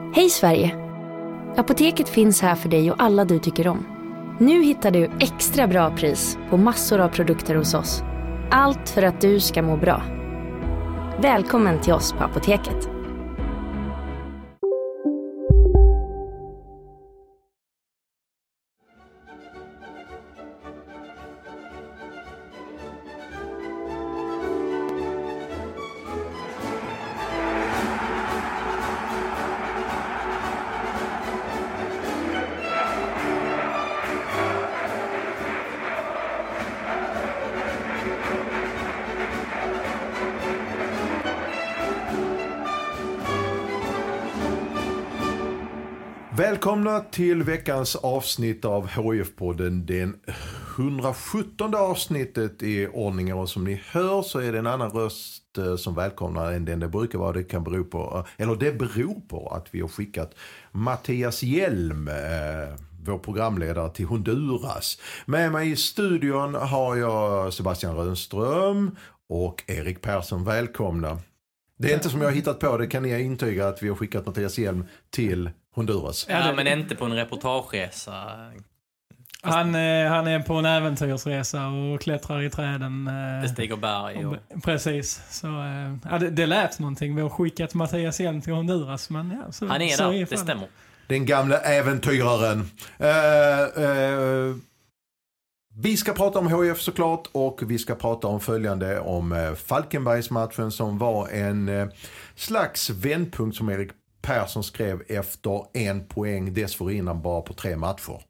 Hej Sverige! Apoteket finns här för dig och alla du tycker om. Nu hittar du extra bra pris på massor av produkter hos oss. Allt för att du ska må bra. Välkommen till oss på Apoteket. Välkomna till veckans avsnitt av HIF-podden, den 117 avsnittet i ordningen, och som ni hör så är det en annan röst som välkomnar än den det brukar vara. Det kan bero på, eller det beror på att vi har skickat Mattias Hjelm, vår programledare, till Honduras. Med mig i studion har jag Sebastian Rönnström och Erik Persson. Välkomna. Det är inte som jag har hittat på, det kan ni intyga att vi har skickat Mattias Hjelm till Honduras. Ja, men inte på en reportageresa. Han är på en äventyrsresa och klättrar i träden. Bestiger berg. Precis. Så, det lät någonting. Vi har skickat Mattias Hjelm till Honduras. Men ja, så, han är så där, det stämmer. Den gamla äventyraren. Vi ska prata om HIF såklart, och vi ska prata om följande om Falkenbergsmatchen som var en slags vändpunkt, som Erik Persson skrev, efter 1 poäng dessförinnan bara på 3 matcher.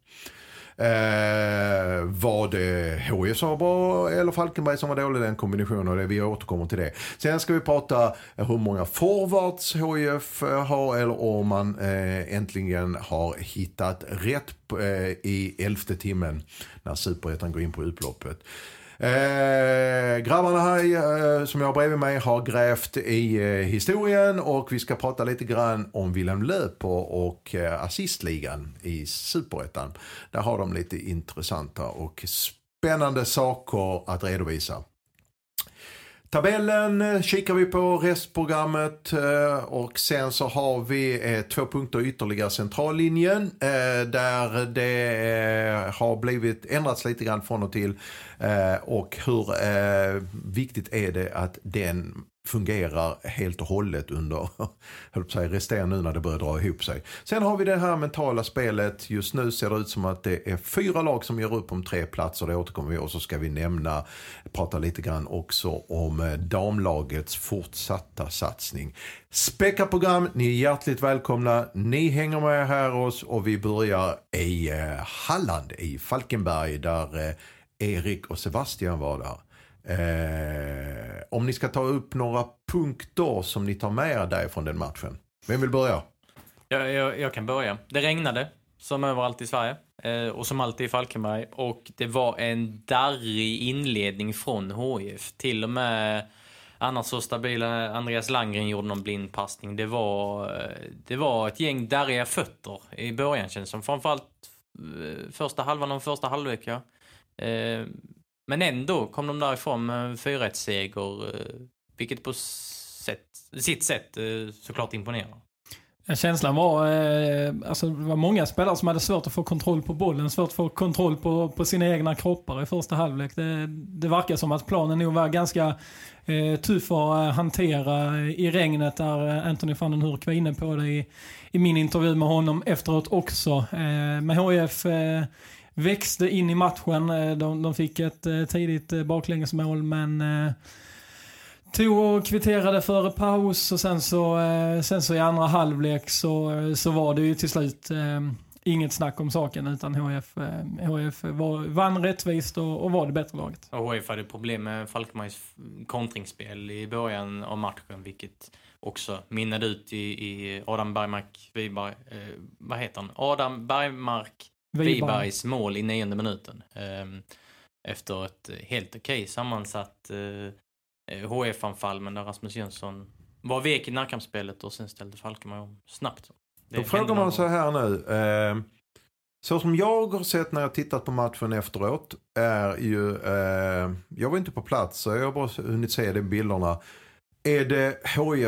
Var det HIF som var bra eller Falkenberg som var dålig, den kombinationen, och det, vi återkommer till det. Sen ska vi prata hur många forwards HIF har, eller om man äntligen har hittat rätt i 11:e timmen när Superettan går in på utloppet. Grabbarna här som jag har bredvid mig har grävt i historien, och vi ska prata lite grann om Willem Löper och assistligan i Superettan. Där har de lite intressanta och spännande saker att redovisa. Tabellen kikar vi på, restprogrammet, och sen så har vi 2 punkter ytterligare, centrallinjen, där det har blivit ändrats lite grann från och till, och hur viktigt är det att den fungerar helt och hållet under resten nu när det börjar dra ihop sig. Sen har vi det här mentala spelet. Just nu ser det ut som att det är 4 lag som gör upp om 3 platser. Det återkommer vi, och så ska vi prata lite grann också om damlagets fortsatta satsning. Späcka program, ni är hjärtligt välkomna. Ni hänger med här oss, och vi börjar i Halland, i Falkenberg, där Erik och Sebastian var där. Om ni ska ta upp några punkter som ni tar med er därifrån den matchen. Vem vill börja? Jag kan börja. Det regnade som överallt i Sverige, och som alltid i Falkenberg, och det var en darrig inledning från HIF. Till och med annars så stabila Andreas Landgren gjorde någon blindpassning. Det var ett gäng darriga fötter i början, känns som, framförallt första halvan och första halvlek. Men ändå kom de därifrån med 4-1-seger, vilket på sitt sätt såklart imponerar. Känslan var, det var många spelare som hade svårt att få kontroll på bollen, svårt att få kontroll på sina egna kroppar i första halvlek. Det verkar som att planen nog var ganska tuff att hantera i regnet, där Anthony van den Hurk var inne på det i min intervju med honom efteråt också. Med HIF växte in i matchen. De fick ett tidigt baklängesmål, men tog och kvitterade före paus, och sen så i andra halvlek så var det ju till slut inget snack om saken, utan HIF vann rättvist och var det bättre laget. Och HIF hade problem med Falkenbergs kontringsspel i början av matchen, vilket också minnade ut i Adam Bergmark Wiberg. Vad heter han? Adam Bergmark Wibergs mål i 9:e minuten. Efter ett helt okej sammansatt HF-anfall, men där Rasmus Jönsson var vek i närkampsspelet, och sen ställde Falkenberg om snabbt. Då frågar man så här nu. Så som jag har sett när jag tittat på matchen efteråt är ju, jag var inte på plats så jag har bara hunnit se de bilderna. Är det HIFs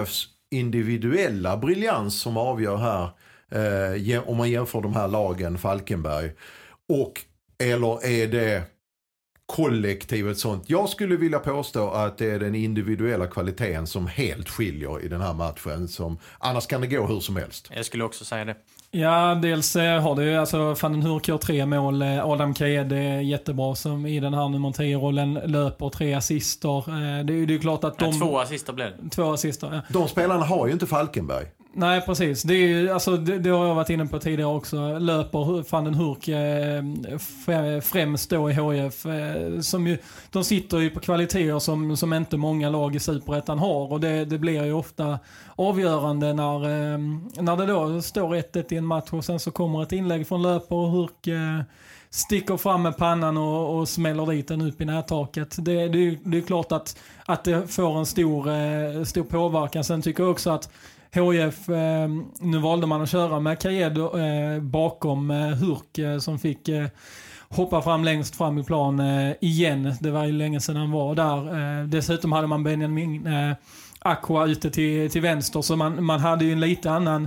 individuella briljans som avgör här om man jämför de här lagen Falkenberg, eller är det kollektivet sånt? Jag skulle vilja påstå att det är den individuella kvaliteten som helt skiljer i den här matchen, som annars kan det gå hur som helst. Jag skulle också säga det. Ja, dels har du alltså Van den Hurk gör 3 mål, Adam Kaede är jättebra som i den här nummer 10-rollen, löper 3 assister. Det är ju klart att 2 assister blev det. 2 assister, ja. De spelarna har ju inte Falkenberg. Nej, precis. Det är ju, alltså, det har jag varit inne på tidigare också. Löper Van den Hurk främst då i HIF. De sitter ju på kvaliteter som inte många lag i Superettan har. Och det blir ju ofta avgörande när det då står 1-1 i en match. Och sen så kommer ett inlägg från Löper och Hurk sticker fram med pannan och smäller dit den upp i nättaket. Det är klart att det får en stor påverkan. Sen tycker jag också att HIF, nu valde man att köra med Kaede bakom Hurk som fick hoppa fram längst fram i plan igen. Det var ju länge sedan han var där. Dessutom hade man Benjamin Aqua ute till vänster, så man hade ju en lite annan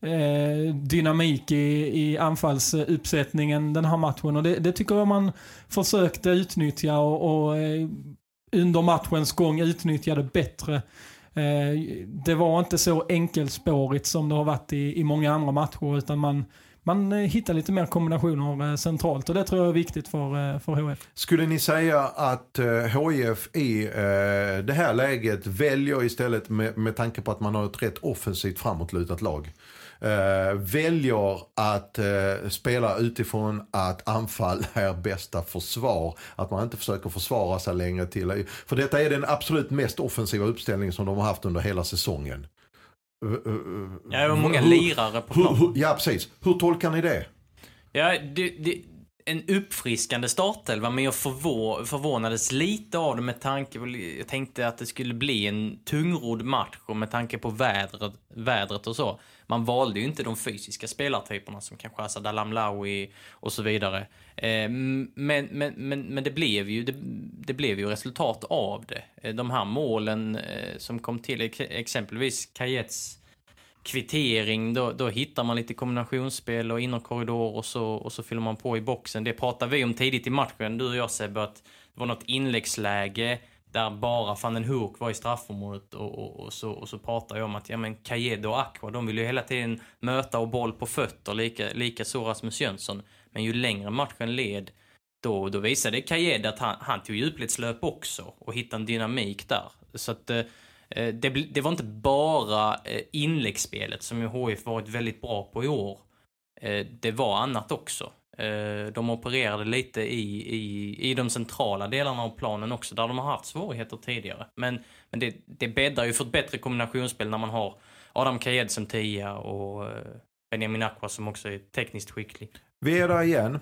dynamik i anfallsuppsättningen den här matchen. Och det tycker jag man försökte utnyttja och under matchens gång utnyttjade bättre. Det var inte så enkelspårigt som det har varit i många andra matcher, utan man hittar lite mer kombinationer centralt, och det tror jag är viktigt för HIF. Skulle ni säga att HIF i det här läget väljer istället med tanke på att man har ett rätt offensivt framåtlutat lag, väljer att spela utifrån att anfall är bästa försvar, att man inte försöker försvara sig längre till, för detta är den absolut mest offensiva uppställningen som de har haft under hela säsongen. Ja, det var många lirare på plan. Ja, precis. Hur tolkar ni det? Ja, en uppfriskande startelva, men jag förvånades lite av det med tanke på, jag tänkte att det skulle bli en tungrodd match, och med tanke på vädret och så. Man valde ju inte de fysiska spelartyperna som kanske Asad Al-Amlawi och så vidare. Men det blev ju resultat av det. De här målen som kom till, exempelvis Kajettes kvittering, då hittar man lite kombinationsspel och innerkorridor, och så fyller man på i boxen. Det pratade vi om tidigt i matchen, du och jag, Sebbe, att det var något inläggsläge där bara Van den Hurk var i straffområdet, och så pratade jag om att Kaede och Aqua, de vill ju hela tiden möta och boll på fötter, lika så Rasmus Jönsson. Men ju längre matchen led, då visade Kaede att han tog djupledslöp också och hittade en dynamik där. Så att det var inte bara inläggsspelet som ju HIF varit väldigt bra på i år. Det var annat också. De opererade lite i de centrala delarna av planen också, där de har haft svårigheter tidigare. Men det bäddar ju för ett bättre kombinationsspel när man har Adam Kaede som 10 och Benjamin Aqua som också är tekniskt skicklig. Vi är där igen.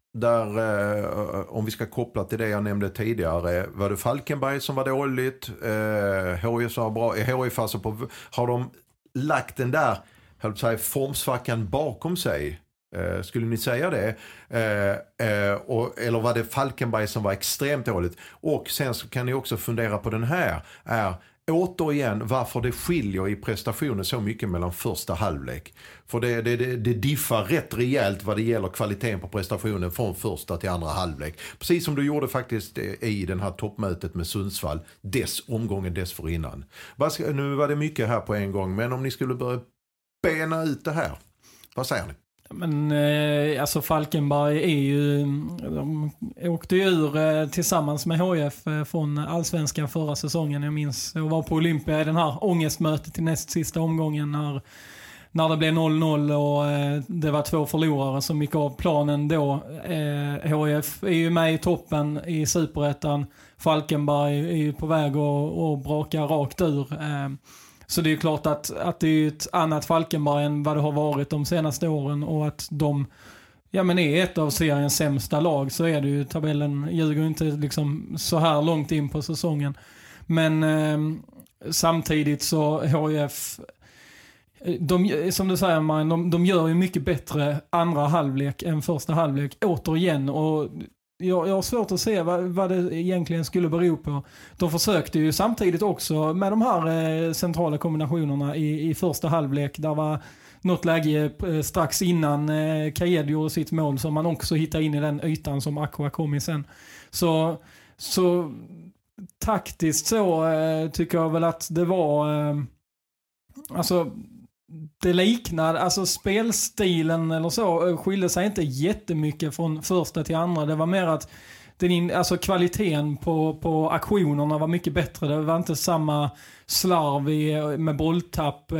Där, om vi ska koppla till det jag nämnde tidigare, var det Falkenberg som var dåligt, HIF som var bra. HIF alltså har de lagt den där formsvackan bakom sig? Skulle ni säga det? Eller var det Falkenberg som var extremt dåligt? Och sen så kan ni också fundera på den här, återigen varför det skiljer i prestationen så mycket mellan första halvlek. För det diffar rätt rejält vad det gäller kvaliteten på prestationen från första till andra halvlek. Precis som du gjorde faktiskt i den här toppmötet med Sundsvall, omgången dessförinnan. Nu var det mycket här på en gång, men om ni skulle börja bena ut det här, vad säger ni? Men alltså Falkenberg är ju, de åkte ju ur tillsammans med HIF från Allsvenskan förra säsongen. Jag minns, jag var på Olympia i den här ångestmötet i näst sista omgången när det blev 0-0 och det var 2 förlorare som gick av planen då. HIF är ju med i toppen i Superettan. Falkenberg är ju på väg att braka rakt ur. Så det är ju klart att det är ett annat Falkenberg än vad det har varit de senaste åren, och att de är ett av seriens sämsta lag, så är det ju, tabellen ljuger inte liksom så här långt in på säsongen. Men samtidigt så HIF, som du säger, de gör ju mycket bättre andra halvlek än första halvlek återigen, och jag har svårt att se vad det egentligen skulle bero på. De försökte ju samtidigt också med de här centrala kombinationerna i första halvlek. Där var något läge strax innan Kaed gjorde sitt mål som man också hittade in i den ytan som Aqua kom i sen. Så taktiskt så tycker jag väl att det var alltså det liknade, alltså spelstilen eller så skilde sig inte jättemycket från första till andra. Det var mer att alltså kvaliteten på aktionerna var mycket bättre. Det var inte samma slarv med bolltapp.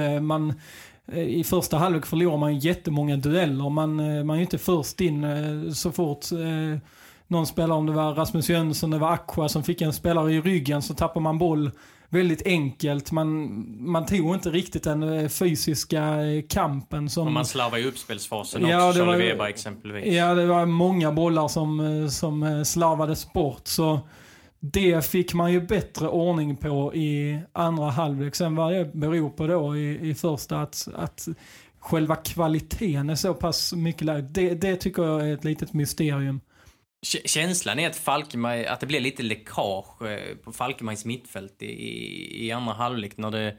I första halvlek förlorar man jättemånga dueller. Man är ju inte först in så fort någon spelare, om det var Rasmus Jönsson, det var Aqua som fick en spelare i ryggen, så tappar man boll väldigt enkelt. Man tog inte riktigt den fysiska kampen som... Och man slarvar i uppspelsfasen också, Charlie Weber exempelvis. Ja, det var många bollar som slarvades bort, så det fick man ju bättre ordning på i andra halvlek. Sen vad det beror på då i första att själva kvaliteten är så pass mycket lägre. Det tycker jag är ett litet mysterium. Känslan är att det blir lite läckage på Falkenbergs mittfält i andra halvlek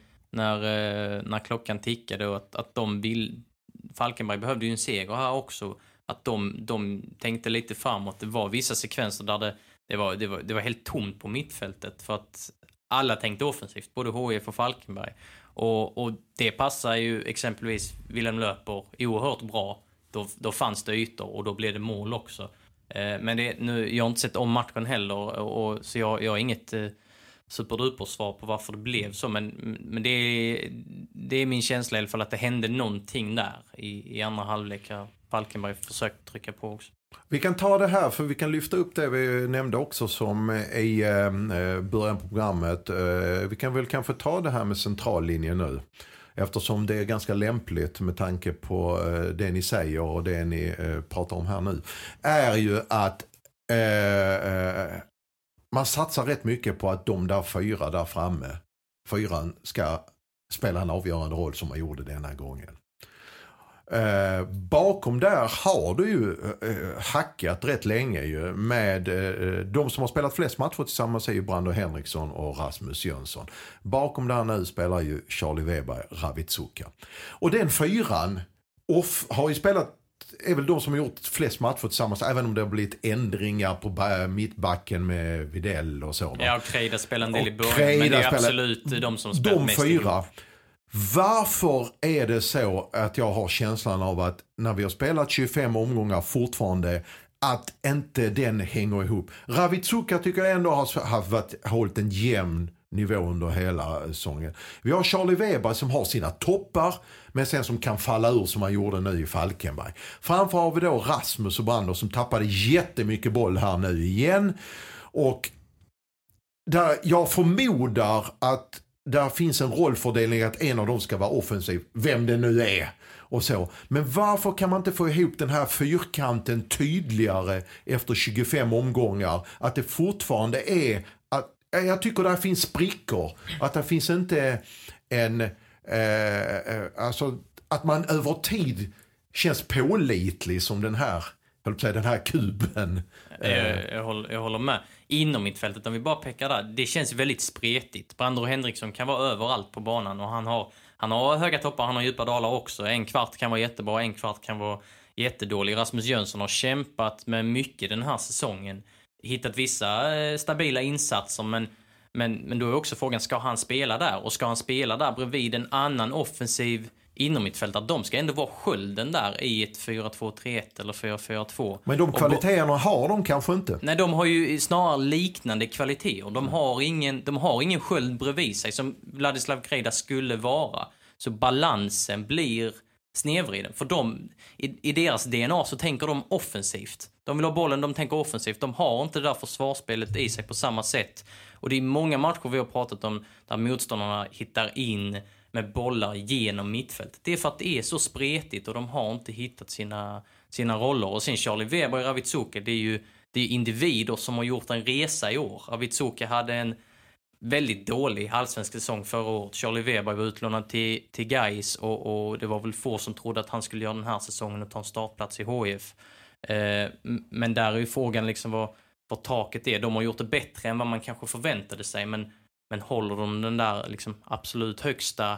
när klockan tickade, och att Falkenberg behövde ju en seger här också, att de tänkte lite framåt. Det var vissa sekvenser där det var helt tomt på mittfältet för att alla tänkte offensivt, både HIF och Falkenberg, och det passar ju exempelvis Willem Löper oerhört bra. Då fanns det ytor och då blev det mål också. Men jag har inte sett om matchen heller, så jag har inget superduper svar på varför det blev så, men det är min känsla i alla fall att det hände någonting där i andra halvlek. Falkenberg försökte trycka på också. Vi kan ta det här, för vi kan lyfta upp det vi nämnde också som i början på programmet. Vi kan väl kanske ta det här med centrallinjen nu, eftersom det är ganska lämpligt med tanke på det ni säger och det ni pratar om här nu, är ju att man satsar rätt mycket på att de där fyra där framme, fyran, ska spela en avgörande roll som man gjorde denna gången. Bakom där har du ju hackat rätt länge ju med de som har spelat flest matcher tillsammans är ju Brando Henriksson och Rasmus Jönsson. Bakom där nu spelar ju Charlie Weber, Ravitsuka. Och den fyran har ju spelat, är väl de som har gjort flest matcher tillsammans, även om det har blivit ändringar på mittbacken med Videll och så. Ja, och Kreida spelar en del i början, men det är absolut de som spelar mest. De fyra. Varför är det så att jag har känslan av att när vi har spelat 25 omgångar fortfarande att inte den hänger ihop? Ravitsuka tycker jag ändå har hållit en jämn nivå under hela säsongen. Vi har Charlie Weber som har sina toppar, men sen som kan falla ur som han gjorde nu i Falkenberg. Framför har vi då Rasmus och Brando som tappade jättemycket boll här nu igen. Och där jag förmodar att där finns en rollfördelning att en av dem ska vara offensiv, vem det nu är och så. Men varför kan man inte få ihop den här fyrkanten tydligare efter 25 omgångar? Att det fortfarande är, jag tycker där finns sprickor, att det finns inte alltså att man över tid känns pålitlig som den här kuben. Jag håller med. Inom mittfältet, om vi bara pekar där, det känns väldigt spretigt. Brando Henriksson kan vara överallt på banan, och han har höga toppar, han har djupa dalar också. En kvart kan vara jättebra, en kvart kan vara jättedålig. Rasmus Jönsson har kämpat med mycket den här säsongen. Hittat vissa stabila insatser, men då är också frågan, ska han spela där? Och ska han spela där bredvid en annan offensiv inom mittfältet? De ska ändå vara skölden där i ett 4-2-3-1 eller 4-4-2. Men de kvaliteterna har de kanske inte. Nej, de har ju snarare liknande kvaliteter. De har ingen sköld bredvid sig som Vladislav Kreida skulle vara. Så balansen blir snedvriden. För i deras DNA så tänker de offensivt. De vill ha bollen, de tänker offensivt. De har inte det där försvarsspelet i sig på samma sätt. Och det är många matcher vi har pratat om där motståndarna hittar in med bollar genom mittfältet. Det är för att det är så spretigt och de har inte hittat sina roller. Och sen Charlie Weber och Ravitsuka, det är individer som har gjort en resa i år. Ravitsuka hade en väldigt dålig allsvensk säsong förra året. Charlie Weber var utlånad till Gais och det var väl få som trodde att han skulle göra den här säsongen och ta en startplats i HIF. Men där är ju frågan liksom vad taket är. De har gjort det bättre än vad man kanske förväntade sig, men håller de den där liksom absolut högsta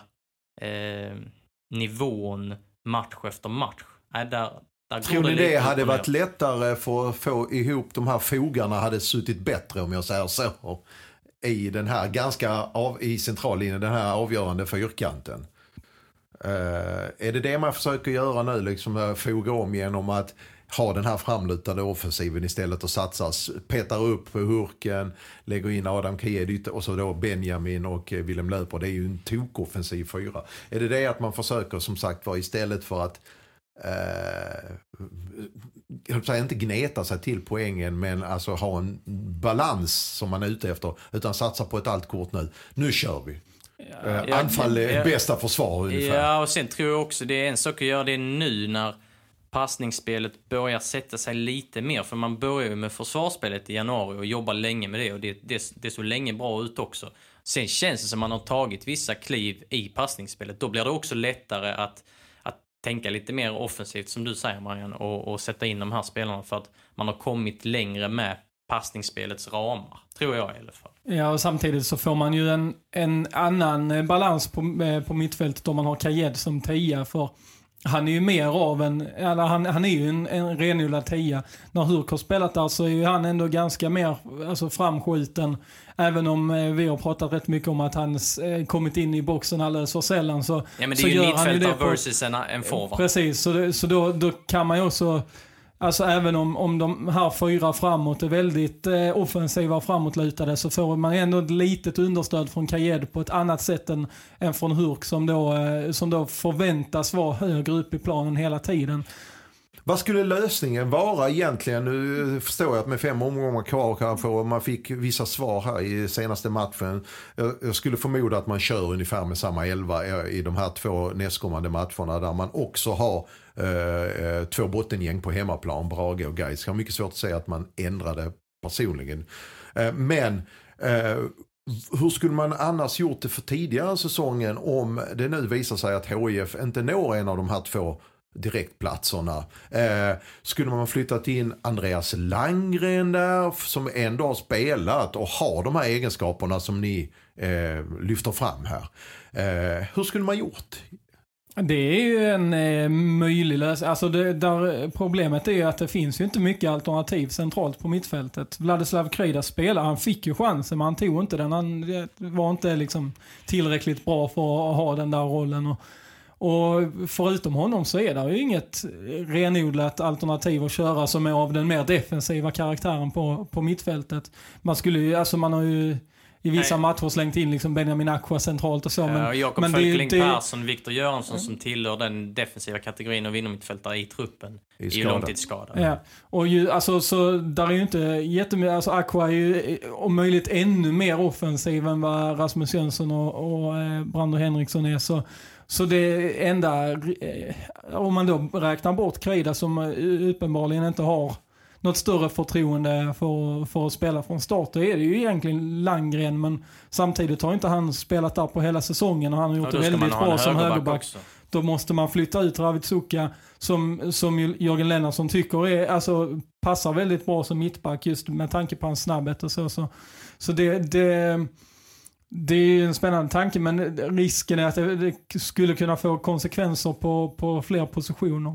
nivån match efter match? Där tror ni det hade varit lättare för att få ihop de här fogarna hade suttit bättre, om jag säger så, i den här i centrallinjen, den här avgörande fyrkanten? Är det man försöker göra nu, liksom foga om genom att ha den här framlutade offensiven istället och satsas, petar upp på Hurken, lägger in Adam Kajedyt och så då Benjamin och Willem Löper. Det är ju en tokoffensiv 4. Är det att man försöker, som sagt, vara istället för att inte gneta sig till poängen, men alltså ha en balans som man är ute efter, utan satsa på ett allt kort nu. Nu kör vi. Anfall är bästa försvar ungefär. Ja, och sen tror jag också det är en sak att göra det nu när passningsspelet börjar sätta sig lite mer, för man börjar ju med försvarsspelet i januari och jobbar länge med det, och det så länge bra ut också. Sen känns det som man har tagit vissa kliv i passningsspelet. Då blir det också lättare att tänka lite mer offensivt, som du säger, Marianne, och sätta in de här spelarna, för att man har kommit längre med passningsspelets ramar, tror jag i alla fall. Ja, och samtidigt så får man ju en annan balans på mittfältet om man har Kajed som 10, för han är ju mer av han är ju en renodlad 10. När Hurk har spelat där så är ju han ändå ganska mer framskjuten. Även om vi har pratat rätt mycket om att han kommit in i boxen alldeles för sällan, så ja, men det så är ju gör han ju det versus en forward. Precis, så då kan man ju också, alltså även om de här 4 framåt är väldigt offensiva och framåtlutade, så får man ändå ett litet understöd från Kajed på ett annat sätt än från Hurk, som då förväntas vara högre upp i planen hela tiden. Vad skulle lösningen vara egentligen? Nu förstår jag att med 5 omgångar kvar kanske, och man fick vissa svar här i senaste matchen. Jag skulle förmoda att man kör ungefär med samma 11 i de här 2 nästkommande matcherna, där man också har 2 bottengäng på hemmaplan, Brage och Gais. Jag har mycket svårt att säga att man ändrade personligen. Men hur skulle man annars gjort det för tidigare säsongen om det nu visar sig att HIF inte når en av de här 2 direktplatserna? Skulle man flyttat in Andreas Langgren där, som ändå har spelat och har de här egenskaperna som ni lyfter fram här? Hur skulle man gjort? Det är ju en möjlig lösning. Alltså problemet är ju att det finns ju inte mycket alternativ centralt på mittfältet. Vladislav Krejda spelar, han fick ju chansen, men han tog inte den. Han var inte liksom tillräckligt bra för att ha den där rollen. Och förutom honom så är det ju inget renodlat alternativ att köra som är av den mer defensiva karaktären på mittfältet. Man har ju i vissa matcher slängt in liksom Benjamin Aqua centralt och så. Jakob Fölkling Persson, Viktor Göransson som tillhör den defensiva kategorin av innermittfältare i truppen i långtidsskada. Ja, och så där är ju inte jättemycket, alltså Aqua är ju om möjligt ännu mer offensiv än vad Rasmus Jönsson och Brando Henriksson är, så det enda, om man då räknar bort Krejda som uppenbarligen inte har något större förtroende för att spela från start, då är det ju egentligen Langgren, men samtidigt har inte han spelat där på hela säsongen och han har gjort det väldigt bra som högerback. Då måste man flytta ut Ravitsuka som Jörgen Lennartsson tycker passar väldigt bra som mittback, just med tanke på hans snabbhet och så det är en spännande tanke, men risken är att det skulle kunna få konsekvenser på fler positioner.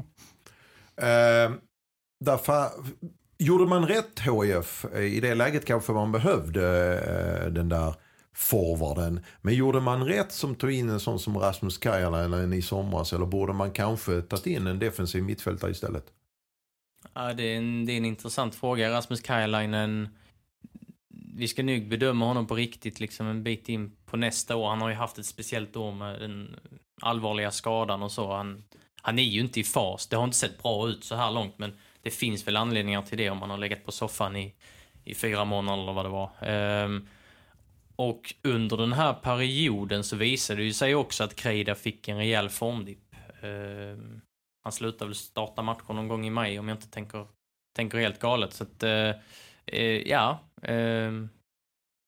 Därför gjorde man rätt HIF i det läget, kanske man behövde den där forwarden, men gjorde man rätt som tog in en sån som Rasmus Kajalainen i somras, eller borde man kanske tagit in en defensiv mittfältare istället? Ja, det är en intressant fråga. Rasmus Kajalainen, vi ska nog bedöma honom på riktigt liksom en bit in på nästa år. Han har ju haft ett speciellt år med den allvarliga skadan och så. Han är ju inte i fas. Det har inte sett bra ut så här långt, men det finns väl anledningar till det om man har legat på soffan i 4 månader eller vad det var. Och under den här perioden så visade det ju sig också att Krejda fick en rejäl formdipp. Han slutade väl starta matchen någon gång i maj, om jag inte tänker helt galet. Så att,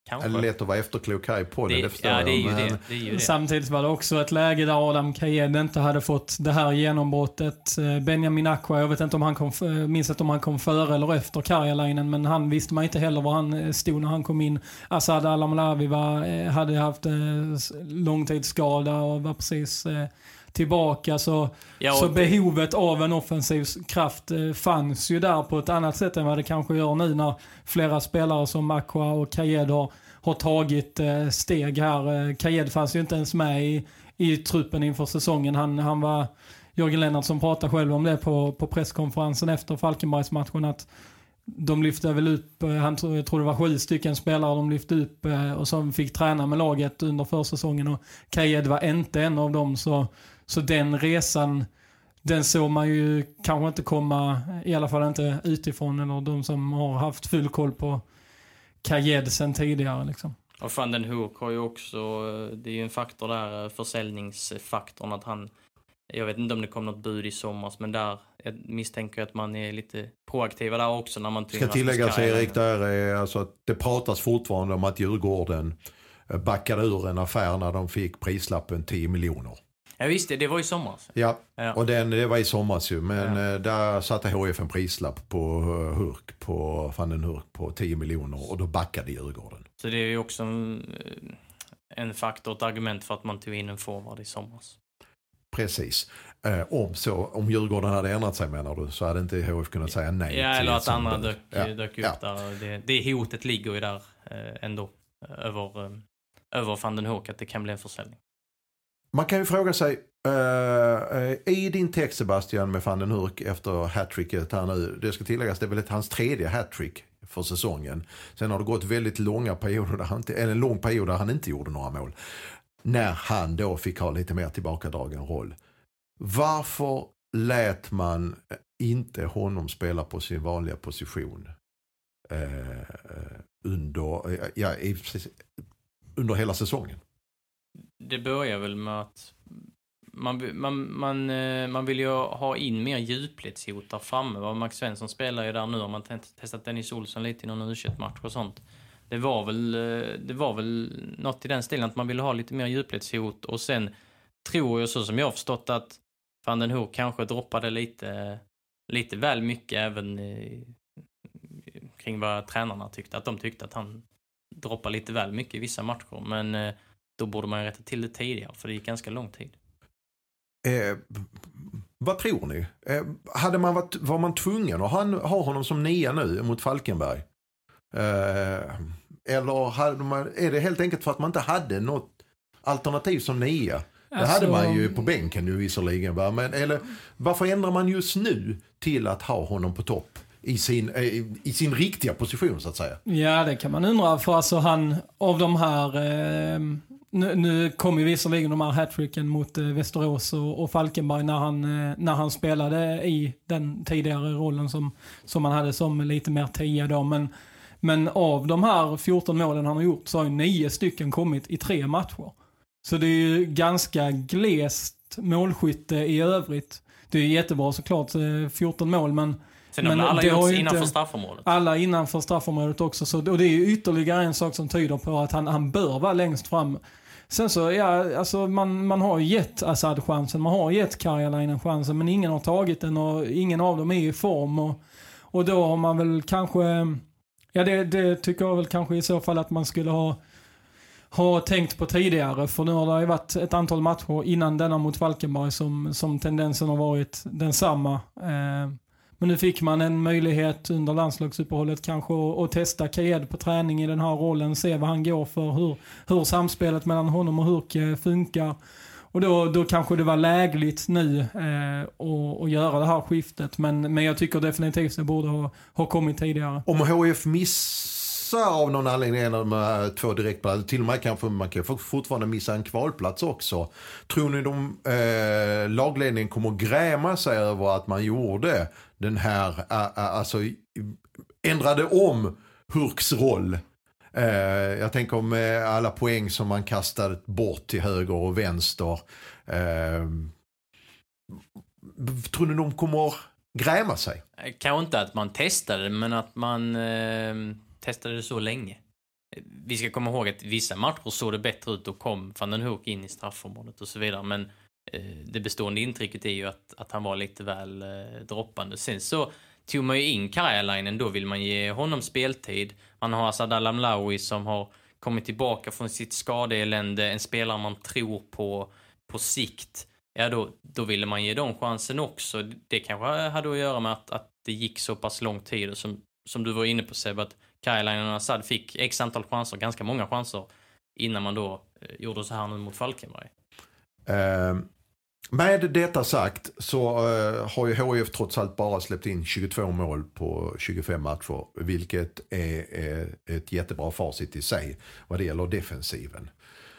Kanske. Det är lätt att vara efterklok här i podden, det förstår ja, det är jag, ju det är ju det. Samtidigt var det också ett läge där Adam Kayed inte hade fått det här genombrottet. Benjamin Aqua, jag vet inte om minns inte om han kom före eller efter Karjalainen, men han visste man inte heller var han stod när han kom in. Asad Al-Amlawi hade haft långtidsskada och var precis tillbaka, så behovet av en offensiv kraft fanns ju där på ett annat sätt än vad det kanske gör nu när flera spelare som Aqua och Kayed har tagit steg här. Kayed fanns ju inte ens med i truppen inför säsongen. Han var, Jörgen Lennartsson pratade själv om det på presskonferensen efter Falkenbergsmatchen, att de lyfte väl upp, jag tror det var 7 stycken spelare de lyfte upp och som fick träna med laget under försäsongen, och Kayed var inte en av dem, så den resan, den såg man ju kanske inte komma, i alla fall inte utifrån, eller de som har haft full koll på Kayed sen tidigare liksom. Och Van den Hoek har ju också, det är ju en faktor där, försäljningsfaktorn, att han, jag vet inte om det kom något bud i sommars, men där jag misstänker att man är lite proaktiva där också när man ska tilläggas, Erik, där är alltså att det pratas fortfarande om att Djurgården backade ur en affär när de fick prislappen 10 miljoner. Ja visst, det var i sommars. Ja, och det var i sommars ju. Men där satte HF en prislapp på Van den Hoek på 10 miljoner och då backade Djurgården. Så det är ju också en faktor, ett argument för att man tog in en forward i sommars. Precis. Om Djurgården hade ändrat sig, menar du, så hade inte HF kunnat säga nej. Ja, eller att andra dök upp där. Det hotet ligger ju där ändå över Van den Hoek, att det kan bli en försäljning. Man kan ju fråga sig, i din text, Sebastian, med Van den Hoek efter hattricket här nu, det ska tilläggas, det är väl hans 3:e hattrick för säsongen. Sen har det gått väldigt långa perioder en lång period där han inte gjorde några mål. När han då fick ha lite mer tillbakadragen roll. Varför lät man inte honom spela på sin vanliga position under hela säsongen? Det börjar väl med att man vill ju ha in mer djupledshot där framme. Max Svensson spelar ju där nu, om man testat Dennis Olsson lite i någon U21-match och sånt. Det var väl något i den stilen att man ville ha lite mer djupledshot, och sen tror jag, så som jag har förstått, att Van den Hoek kanske droppade lite väl mycket även kring vad tränarna tyckte. Att de tyckte att han droppade lite väl mycket i vissa matcher, men då borde man rätta till det tidigare, för det gick ganska lång tid. Vad tror ni? Var man tvungen att ha honom som 9 nu mot Falkenberg? Eller är det helt enkelt för att man inte hade något alternativ som 9? Det hade man ju på bänken nu visserligen. Men varför ändrar man just nu till att ha honom på topp i sin riktiga position, så att säga? Ja, det kan man undra, för alltså han, av de här nu kom ju visserligen de här hattricken mot Västerås och Falkenberg när han spelade i den tidigare rollen som han hade som lite mer 10 då, men av de här 14 målen han har gjort så har ju 9 stycken kommit i 3 matcher. Så det är ju ganska glest målskytte i övrigt. Det är ju jättebra såklart, 14 mål, men alla gjorts innanför straffområdet. Alla innanför straffområdet också. Så, och det är ju ytterligare en sak som tyder på att han bör vara längst fram. Sen så, alltså man har gett Asad chansen, man har gett Karjalainen chansen, men ingen har tagit den och ingen av dem är i form. Och då har man väl kanske, det tycker jag väl kanske i så fall att man skulle ha tänkt på tidigare, för nu har det ju varit ett antal matcher innan denna mot Falkenberg som tendensen har varit densamma. Men nu fick man en möjlighet under landslagsuppehållet kanske att testa Kayed på träning i den här rollen, se vad han går för, hur samspelet mellan honom och Hurk funkar. Och då kanske det var lägligt nu att göra det här skiftet. Men jag tycker definitivt det borde ha kommit tidigare. Om HF missar av någon anledning en av de här 2 direktplatser, till och med kanske man kan fortfarande missa en kvalplats också. Tror ni lagledningen kommer att gräma sig över att man gjorde den här, alltså ändrade om Hurks roll? Jag tänker med alla poäng som man kastade bort till höger och vänster. Tror ni de kommer gräma sig? Kanske inte att man testade, men att man testade det så länge. vi ska komma ihåg att vissa matcher såg det bättre ut och kom Van den Hoek in i straffområdet och så vidare. Men det bestående intrycket är ju att han var lite väl droppande. Sen så tog man ju in Karjalainen, då vill man ge honom speltid. Man har Asad Al-Hamlaoui som har kommit tillbaka från sitt skadeelände, en spelare man tror på sikt. Ja, då ville man ge dem chansen också. Det kanske hade att göra med att det gick så pass lång tid, och som du var inne på, Seb, att Karjalainen och Asad fick x antal chanser, ganska många chanser, innan man då gjorde så här nu mot Falkenberg. Med detta sagt så har ju HIF trots allt bara släppt in 22 mål på 25 matcher, vilket är ett jättebra facit i sig vad det gäller defensiven.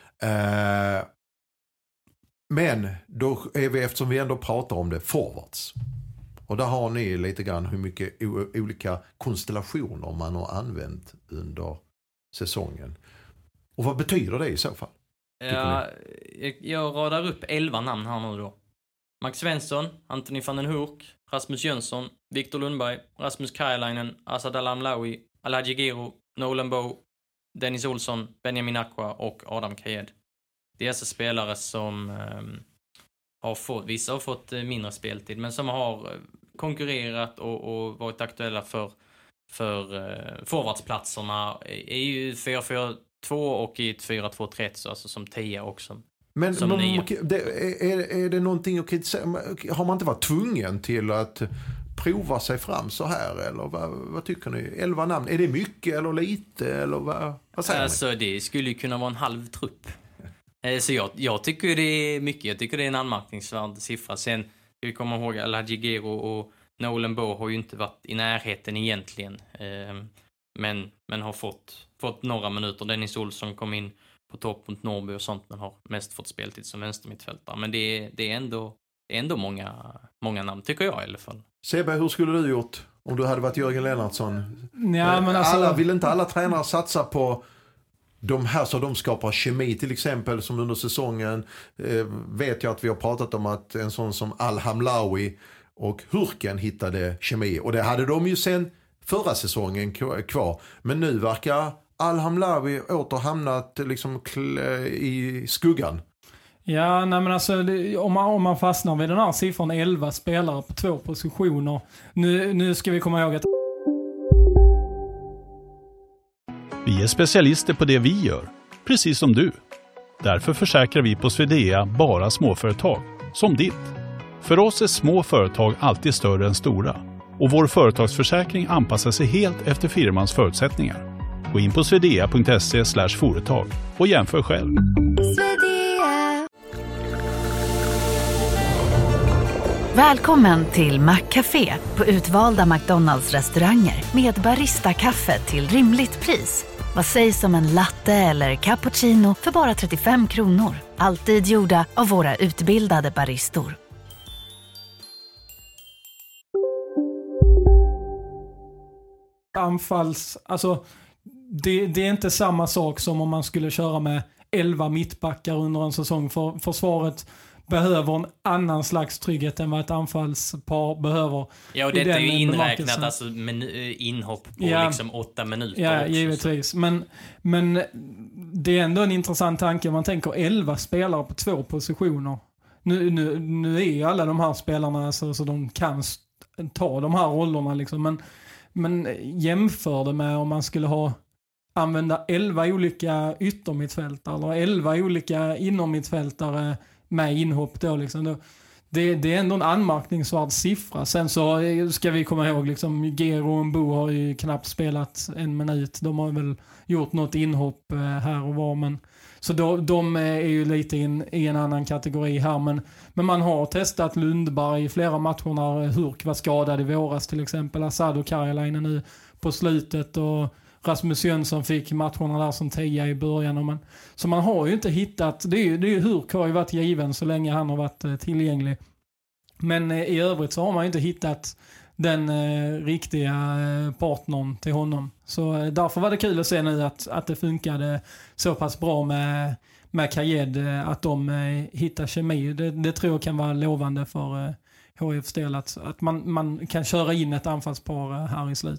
Men då är vi, eftersom vi ändå pratar om det, forwards. Och där har ni lite grann hur mycket olika konstellationer man har använt under säsongen. Och vad betyder det i så fall? Ja, jag radar upp 11 namn här nu då. Max Svensson, Anthony van den Hoek, Rasmus Jönsson, Viktor Lundberg, Rasmus Karjalainen, Asad Al-Hamlaoui, Alhaji Giro, Nolan Bow, Dennis Olsson, Benjamin Aqua och Adam Kayed. Det är alltså spelare som vissa har fått mindre speltid, men som har konkurrerat och varit aktuella för forwardsplatserna. Är ju 4-4-2 och i ett 4-2-3, så alltså som 10 också. Men är det någonting att kritisera? Har man inte varit tvungen till att prova sig fram så här? Eller vad tycker ni? 11 namn, är det mycket eller lite? Eller vad säger alltså, ni? Det skulle ju kunna vara en halv trupp. Så jag tycker det är mycket. Jag tycker det är en anmärkningsvärd siffra. Sen ska vi komma ihåg Alhaji Giro och Nolan Bow har ju inte varit i närheten egentligen. Men har fått några minuter. Dennis Olsson kom in på topp mot Norrby och sånt, men har mest fått speltid som vänstermittfältare. Men det är ändå många namn, tycker jag i alla fall. Sebbe, hur skulle du gjort om du hade varit Jörgen Lennartsson? Ja, men alltså... Vill inte alla tränare satsa på de här så de skapar kemi, till exempel som under säsongen vet jag att vi har pratat om att en sån som Al-Hamlaoui och Hurken hittade kemi, och det hade de ju sen förra säsongen kvar, men nu verkar Al-Hamlaoui åter hamnat liksom i skuggan. Ja, nej men alltså om man fastnar vid den här siffran 11 spelare på 2 positioner. Nu ska vi komma ihåg att vi är specialister på det vi gör, precis som du. Därför försäkrar vi på Swedea bara småföretag, som ditt. För oss är små företag alltid större än stora. Och vår företagsförsäkring anpassar sig helt efter firmans förutsättningar. Gå in på swedea.se/företag och jämför själv. Välkommen till Maccafé på utvalda McDonalds-restauranger med barista-kaffe till rimligt pris. Vad sägs om en latte eller cappuccino för bara 35 kronor? Alltid gjorda av våra utbildade baristor. Alltså det är inte samma sak som om man skulle köra med 11 mittbackar under en säsong. För försvaret behöver en annan slags trygghet än vad ett anfallspar behöver. Ja, och detta är ju inräknat alltså inhopp på liksom 8 minuter. Ja, också, givetvis. Men det är ändå en intressant tanke. Man tänker 11 spelare på 2 positioner. Nu är ju alla de här spelarna så de kan ta de här rollerna liksom. Men jämför det med om man skulle använda 11 olika yttermittfältare eller 11 olika inommittfältare med inhopp då liksom. Det är ändå en anmärkningsvärd siffra. Sen så ska vi komma ihåg liksom, Gero och Bo har ju knappt spelat en minut. De har väl gjort något inhopp här och var, men så de är ju lite i en annan kategori här, men man har testat Lundberg i flera matcher när Hurk var skadad i våras, till exempel Asad och Karjalainen nu på slutet, och Rasmus Jönsson fick matcherna där som 10 i början. Så man har ju inte hittat, det är ju Hurk har ju varit given så länge han har varit tillgänglig. Men i övrigt så har man ju inte hittat den riktiga partnern till honom. Så därför var det kul att se nu att det funkade så pass bra med Kayed, att de hittar kemi. Det tror jag kan vara lovande för HIFs del, att man kan köra in ett anfallspar här i slutet.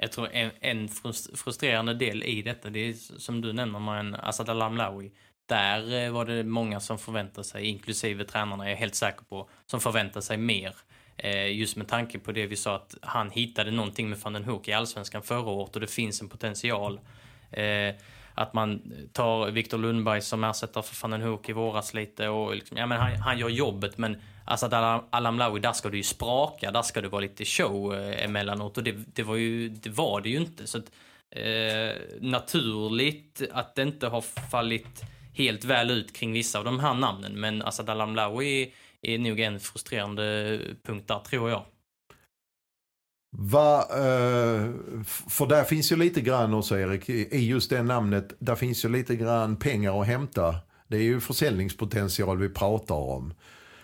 Jag tror en frustrerande del i detta, det är som du nämner med en Asad Al-Amlawi. Där var det många som förväntade sig, inklusive tränarna är jag helt säker på, som förväntade sig mer. Just med tanke på det vi sa att han hittade någonting med Van den Hoek i Allsvenskan förra året och det finns en potential. Att man tar Victor Lundberg som ersätter för Van den Hoek i våras lite och liksom, ja, men han gör jobbet, men Asad Al-Amlawi, där ska du ju spraka, där ska det vara lite show emellanåt och det var det ju inte, så att, naturligt att det inte har fallit helt väl ut kring vissa av de här namnen, men Asad Al-Amlawi är nog en frustrerande punkt där, tror jag. För där finns ju lite grann också, Erik, i just det namnet, där finns ju lite grann pengar att hämta. Det är ju försäljningspotential vi pratar om.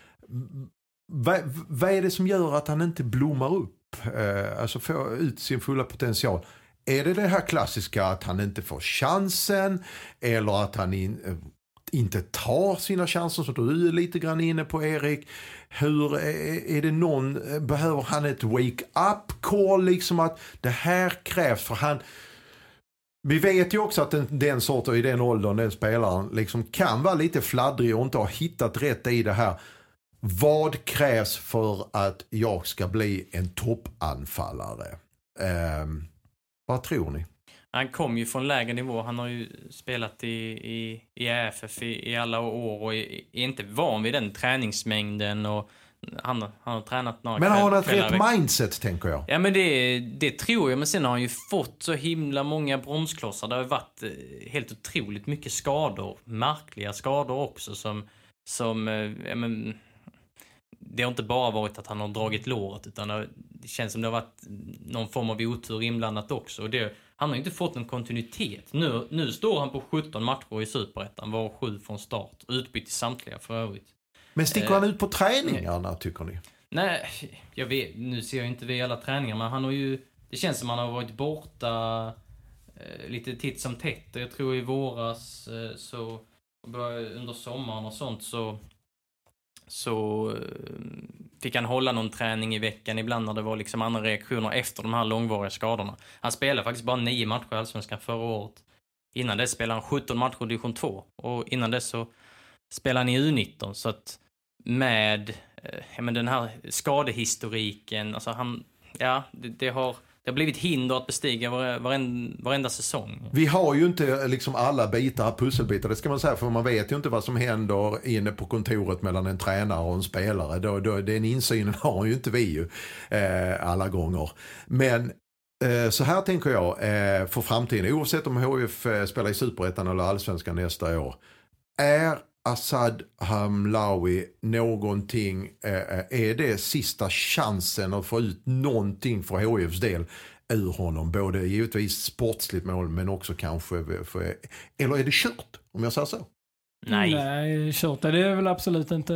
Vad är det som gör att han inte blommar upp? Alltså får ut sin fulla potential? Är det här klassiska att han inte får chansen? Eller att han inte tar sina chanser, som du är lite grann inne på, Erik? Hur är det behöver han ett wake-up call, liksom att det här krävs för han? Vi vet ju också att den sorten i den åldern, den spelaren liksom kan vara lite fladdrig och inte ha hittat rätt i det här. Vad krävs för att jag ska bli en toppanfallare? Vad tror ni? Han kom ju från lägre nivå. Han har ju spelat i AFF i alla år och är inte van vid den träningsmängden. Och han har tränat några Men har han ett rätt mindset, tänker jag? Ja, men det tror jag. Men sen har han ju fått så himla många bromsklossar. Det har varit helt otroligt mycket skador. Märkliga skador också som ja, men, det har inte bara varit att han har dragit låret, utan det känns som det har varit någon form av otur inblandat också. Och han har inte fått en kontinuitet. Nu står han på 17 matcher i Superettan, var 7 från start. Utbytt i samtliga för övrigt. Men sticker han ut på träningarna, tycker ni? Nej, jag vet, nu ser jag inte vid alla träningar, men han har ju, det känns som han har varit borta lite titt som tätt. Jag tror i våras så under sommaren och sånt så fick han hålla någon träning i veckan ibland när det var liksom andra reaktioner efter de här långvariga skadorna. Han spelade faktiskt bara 9 matcher i Allsvenskan förra året. Innan det spelade han 17 matcher i division 2 och innan det så spelade han i U19, så att med den här skadehistoriken, alltså det har blivit hinder att bestiga varenda säsong. Vi har ju inte liksom alla pusselbitar, det ska man säga, för man vet ju inte vad som händer inne på kontoret mellan en tränare och en spelare. Den insynen har ju inte vi alla gånger. Men så här tänker jag för framtiden, oavsett om HIF spelar i Superettan eller Allsvenskan nästa år, är Asad Al-Amlawi någonting, är det sista chansen att få ut någonting för HIFs del ur honom, både givetvis sportsligt mål men också kanske eller är det kört, om jag säger så? Nej, kört är det väl absolut inte.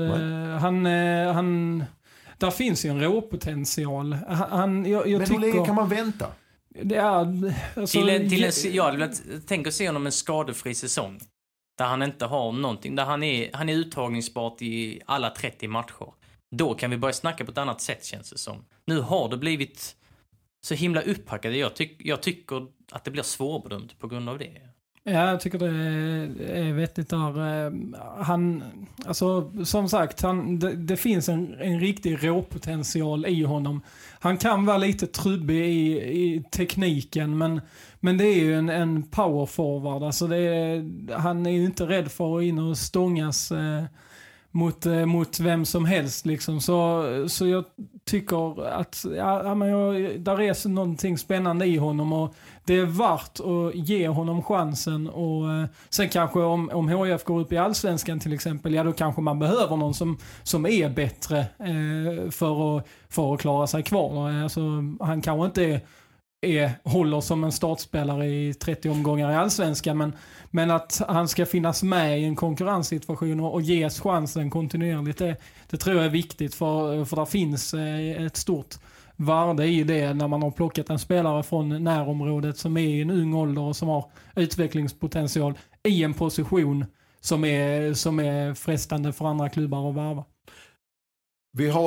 Där finns ju en råpotential. Men hur länge kan man vänta? Det är, alltså, jag tänker se honom en skadefri säsong. Där han inte har någonting. Där han är uttagningsbart i alla 30 matcher. Då kan vi börja snacka på ett annat sätt, känns det som. Nu har det blivit så himla upphackade. Jag tycker att det blir svårbedömt på grund av det. Ja, jag tycker det är vettigt där. Alltså, som sagt, det finns en riktig råpotential i honom. Han kan vara lite trubbig i tekniken, men det är ju en power forward. Alltså han är ju inte rädd för att in och stångas mot vem som helst liksom. Så jag tycker att där är någonting spännande i honom och det är värt att ge honom chansen. Och sen kanske om HIF går upp i Allsvenskan till exempel, då kanske man behöver någon som är bättre för att klara sig kvar. Alltså, han kanske inte håller som en startspelare i 30 omgångar i Allsvenskan, men att han ska finnas med i en konkurrenssituation och ges chansen kontinuerligt, det tror jag är viktigt, för där finns ett stort värde i det när man har plockat en spelare från närområdet som är i en ung ålder och som har utvecklingspotential i en position som är frestande för andra klubbar att värva. Vi har ju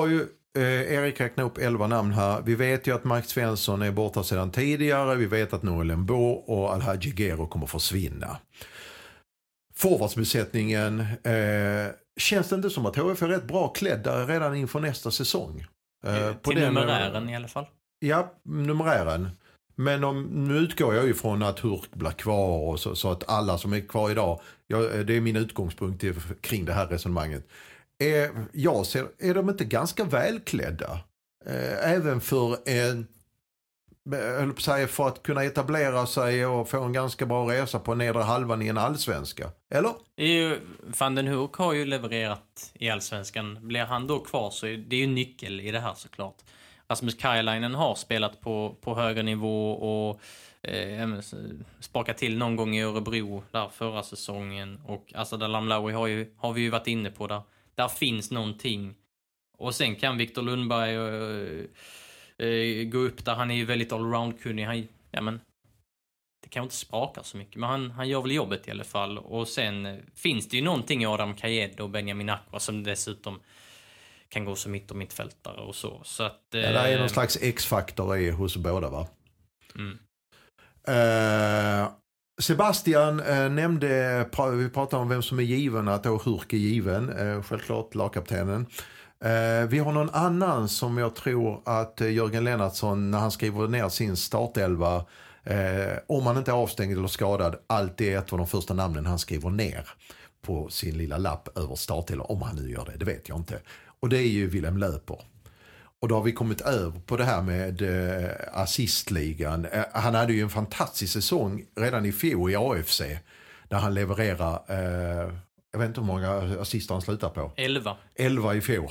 Erik räknar upp 11 namn här. Vi vet ju att Mark Svensson är borta sedan tidigare. Vi vet att Noel Embo och Alhaji Gero kommer försvinna. Forwardsbesättningen. Känns det inte som att HF är rätt bra klädda redan inför nästa säsong? Till numerären i alla fall. Ja, numerären. Men nu utgår jag ju från att Hurk blir kvar och så att alla som är kvar idag, det är min utgångspunkt kring det här resonemanget. Är de inte ganska välklädda? Även för för att kunna etablera sig och få en ganska bra resa på nedre halvan i en allsvenska. Eller? Van den Hurk har ju levererat i allsvenskan. Blir han då kvar så är det ju nyckel i det här såklart. Rasmus Kajalainen har spelat på högre nivå och sparkat till någon gång i Örebro där förra säsongen. Och Asad Al-Amlawi har vi ju varit inne på där. Där finns någonting. Och sen kan Viktor Lundberg gå upp där. Han är ju väldigt allround-kunnig. Det kan inte spraka så mycket. Men han gör väl jobbet i alla fall. Och sen finns det ju någonting i Adam Kajed och Benjamin Akwa som dessutom kan gå som mittfältare och så. Så att, det är någon slags X-faktor hos båda, va? Sebastian nämnde, vi pratade om vem som är given, att då Hurk är given, självklart lagkaptenen. Vi har någon annan som jag tror att Jörgen Lennartsson, när han skriver ner sin startelva, om han inte är avstängd eller skadad, alltid är ett av de första namnen han skriver ner på sin lilla lapp över startelva, om han nu gör det vet jag inte. Och det är ju Willem Löper. Och då har vi kommit över på det här med assistligan. Han hade ju en fantastisk säsong redan i fjol i AFC. Där han levererar, jag vet inte hur många assister han slutar på. 11 i fjol.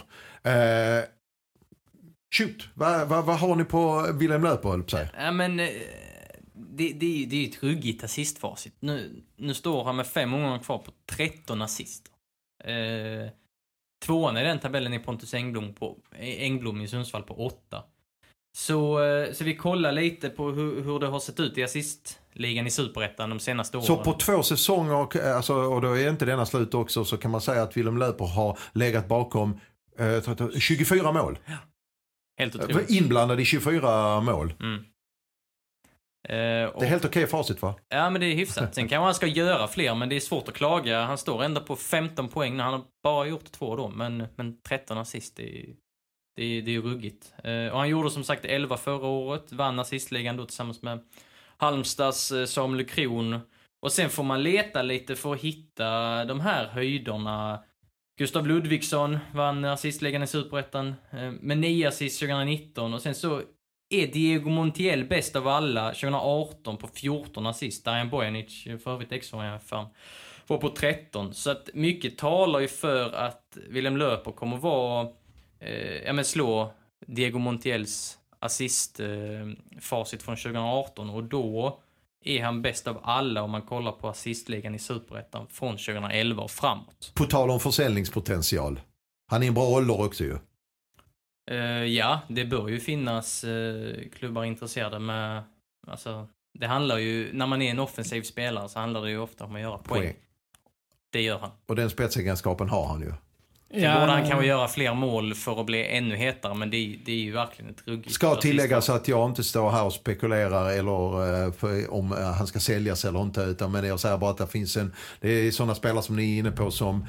Vad har ni på Willem Löper? Ja, men det är ju ett ruggigt assistfacit. Nu står han med 5 gånger kvar på 13 assister. Tvåan i den tabellen är Pontus Engblom i Sundsvall på 8. Så vi kollar lite på hur det har sett ut i assistligan i Superettan de senaste åren. Så på 2 säsonger, och då är inte denna slut också, så kan man säga att Willem Löper har legat bakom 24 mål. Ja. Helt otroligt. Inblandad i 24 mål. Det är helt okej facit, va? Ja, men det är hyfsat. Sen kan han ska göra fler, men det är svårt att klaga. Han står ändå på 15 poäng när han har bara gjort 2 då. Men 13 assist, det är ruggigt. Och han gjorde som sagt 11 förra året. Vann assistligan då tillsammans med Halmstads Samuel Kron. Och sen får man leta lite för att hitta de här höjderna. Gustav Ludvigsson vann assistligan i Superettan med 9 assist 2019. Och sen så är Diego Montiel bäst av alla 2018 på 14 assist. Darijan Bojanic, för övrigt extra var på 13. Så att mycket talar ju för att Willem Löper kommer vara slå Diego Montiels assistfacit från 2018. Och då är han bäst av alla om man kollar på assistligan i Superettan från 2011 och framåt. På tal om försäljningspotential. Han är en bra ålder också ju. Ja, det bör ju finnas klubbar intresserade med, det handlar ju, när man är en offensiv spelare så handlar det ju ofta om att göra poäng. Det gör han. Och den spetsegenskapen har han ju. Sen borde han kanske göra fler mål för att bli ännu hetare, men det är ju verkligen ett ruggigt. Ska tilläggas att jag inte står här och spekulerar eller om han ska säljas eller inte, utan men jag säger bara att det är sådana spelare som ni är inne på som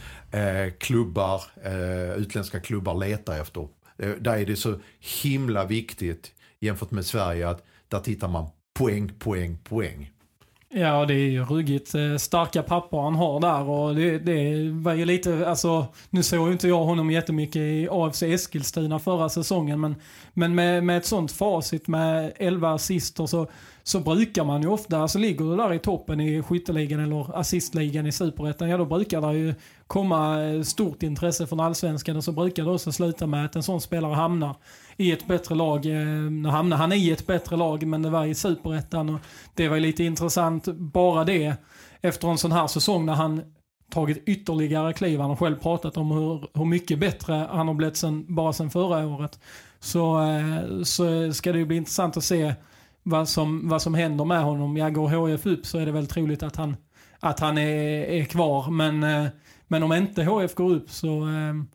utländska klubbar letar efter. Där är det så himla viktigt jämfört med Sverige att där tittar man poäng. Ja, det är ju ruggigt starka papper han har där, och det var ju lite, nu såg ju inte jag honom jättemycket i AFC Eskilstuna förra säsongen, men med ett sånt facit med 11 assister så brukar man ju ofta, ligger du där i toppen i skytteligan eller assistligan i Superettan, då brukar det ju komma stort intresse från allsvenskan, och så brukar det också sluta med att en sån spelare hamnar i ett bättre lag. Nu hamnar han i ett bättre lag, men det var i Superettan, och det var lite intressant bara det efter en sån här säsong när han tagit ytterligare kliv. Han har själv pratat om hur mycket bättre han har blivit sen förra året. Så ska det ju bli intressant att se vad som händer med honom. Jag går HF upp så är det väl troligt att han är kvar, men om inte HF går upp